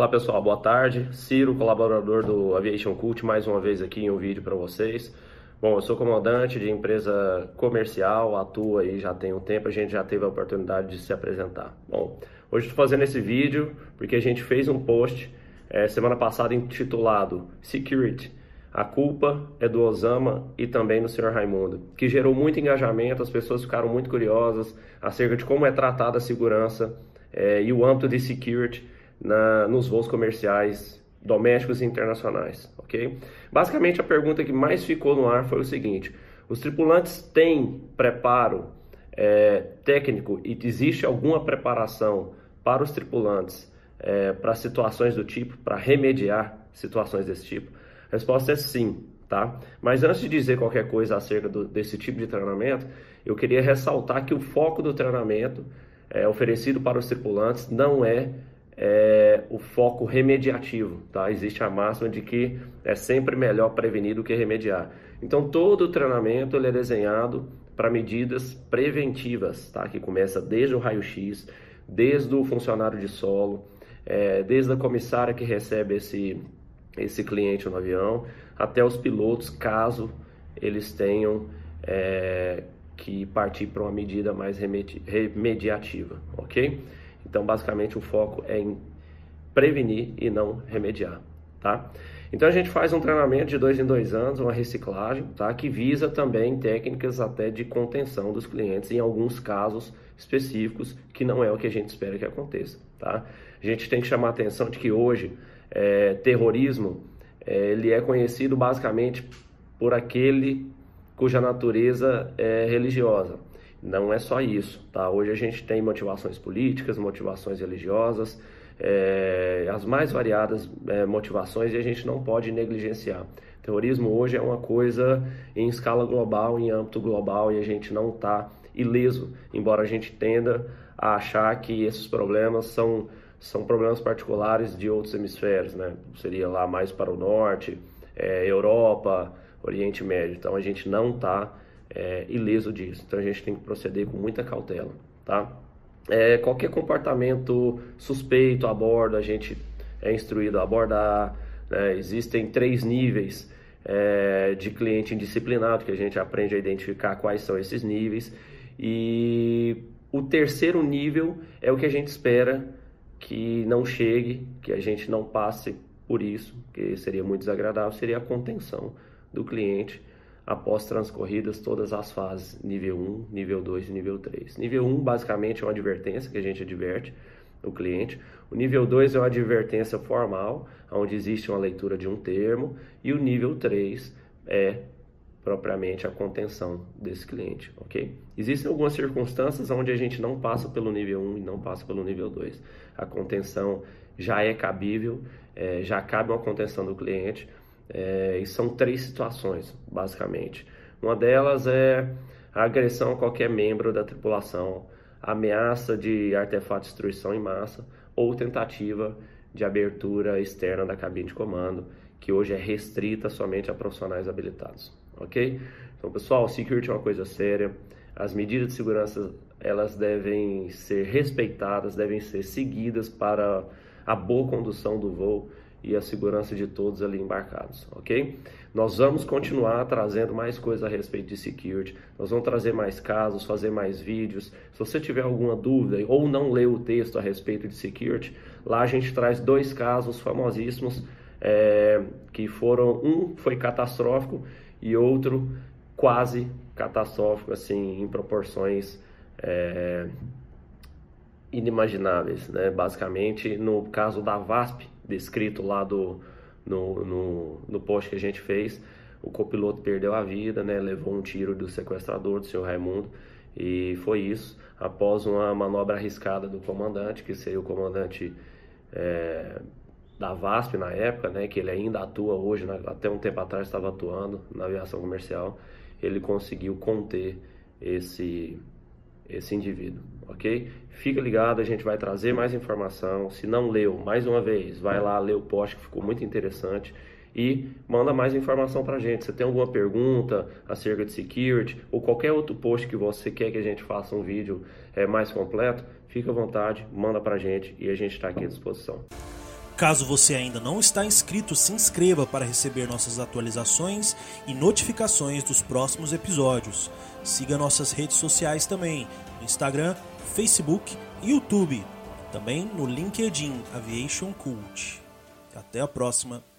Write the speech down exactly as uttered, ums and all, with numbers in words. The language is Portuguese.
Olá pessoal, boa tarde. Ciro, colaborador do Aviation Cult, mais uma vez aqui em um vídeo para vocês. Bom, eu sou comandante de empresa comercial, atuo aí já tem um tempo, a gente já teve a oportunidade de se apresentar. Bom, hoje estou fazendo esse vídeo porque a gente fez um post é, semana passada intitulado Security. A culpa é do Osama e também do senhor Raimundo, que gerou muito engajamento, as pessoas ficaram muito curiosas acerca de como é tratada a segurança é, e o âmbito de security na, nos voos comerciais domésticos e internacionais, ok? Basicamente a pergunta que mais ficou no ar foi o seguinte: os tripulantes têm preparo é, técnico e existe alguma preparação para os tripulantes é, para situações do tipo, para remediar situações desse tipo? A resposta é sim, tá? Mas antes de dizer qualquer coisa acerca do, desse tipo de treinamento, eu queria ressaltar que o foco do treinamento é, oferecido para os tripulantes não é, é o foco remediativo, tá? Existe a máxima de que é sempre melhor prevenir do que remediar. Então todo o treinamento ele é desenhado para medidas preventivas, tá? Que começa desde o raio-x, desde o funcionário de solo, é, desde a comissária que recebe esse esse cliente no avião, até os pilotos, caso eles tenham é, que partir para uma medida mais remedi remediativa, ok? Então, basicamente, o foco é em prevenir e não remediar, tá? Então, a gente faz um treinamento de dois em dois anos, uma reciclagem, tá? Que visa também técnicas até de contenção dos clientes em alguns casos específicos, que não é o que a gente espera que aconteça, tá? A gente tem que chamar a atenção de que hoje É, terrorismo, é, ele é conhecido basicamente por aquele cuja natureza é religiosa. Não é só isso, tá? Hoje a gente tem motivações políticas, motivações religiosas, é, as mais variadas é, motivações, e a gente não pode negligenciar. Terrorismo hoje é uma coisa em escala global, em âmbito global, e a gente não está ileso, embora a gente tenda a achar que esses problemas são são problemas particulares de outros hemisférios, né? Seria lá mais para o norte, é, Europa, Oriente Médio. Então a gente não está é, ileso disso. Então a gente tem que proceder com muita cautela, tá? É, qualquer comportamento suspeito a bordo, a gente é instruído a abordar, né? Existem três níveis é, de cliente indisciplinado, que a gente aprende a identificar quais são esses níveis. E o terceiro nível é o que a gente espera que não chegue, que a gente não passe por isso, que seria muito desagradável, seria a contenção do cliente após transcorridas todas as fases, nível um, nível dois e nível três. Nível um, basicamente, é uma advertência que a gente adverte o cliente. O nível dois é uma advertência formal, onde existe uma leitura de um termo, e o nível três é propriamente a contenção desse cliente, ok? Existem algumas circunstâncias onde a gente não passa pelo nível um e não passa pelo nível dois. A contenção já é cabível, é, já cabe uma contenção do cliente, é, e são três situações, basicamente. Uma delas é a agressão a qualquer membro da tripulação, ameaça de artefato de destruição em massa ou tentativa de abertura externa da cabine de comando, que hoje é restrita somente a profissionais habilitados. Ok? Então, pessoal, security é uma coisa séria. As medidas de segurança, elas devem ser respeitadas, devem ser seguidas para a boa condução do voo e a segurança de todos ali embarcados, ok? Nós vamos continuar trazendo mais coisas a respeito de security, nós vamos trazer mais casos, fazer mais vídeos. Se você tiver alguma dúvida ou não leu o texto a respeito de security, lá a gente traz dois casos famosíssimos, é, que foram, um foi catastrófico e outro quase catastrófico, assim, em proporções é, inimagináveis, né? Basicamente, no caso da VASP, descrito lá do, no, no, no post que a gente fez, o copiloto perdeu a vida, né? Levou um tiro do sequestrador, do senhor Raimundo, e foi isso, após uma manobra arriscada do comandante, que seria o comandante é, da VASP na época, né, que ele ainda atua hoje, né, até um tempo atrás estava atuando na aviação comercial. Ele conseguiu conter esse, esse indivíduo, ok? Fica ligado, a gente vai trazer mais informação. Se não leu, mais uma vez, vai lá ler o post que ficou muito interessante e manda mais informação pra gente. Se tem alguma pergunta acerca de security ou qualquer outro post que você quer que a gente faça um vídeo é, mais completo, fica à vontade, manda pra gente e a gente está aqui à disposição. Caso você ainda não está inscrito, se inscreva para receber nossas atualizações e notificações dos próximos episódios. Siga nossas redes sociais também, no Instagram, Facebook e YouTube. Também no LinkedIn Aviation Cult. Até a próxima.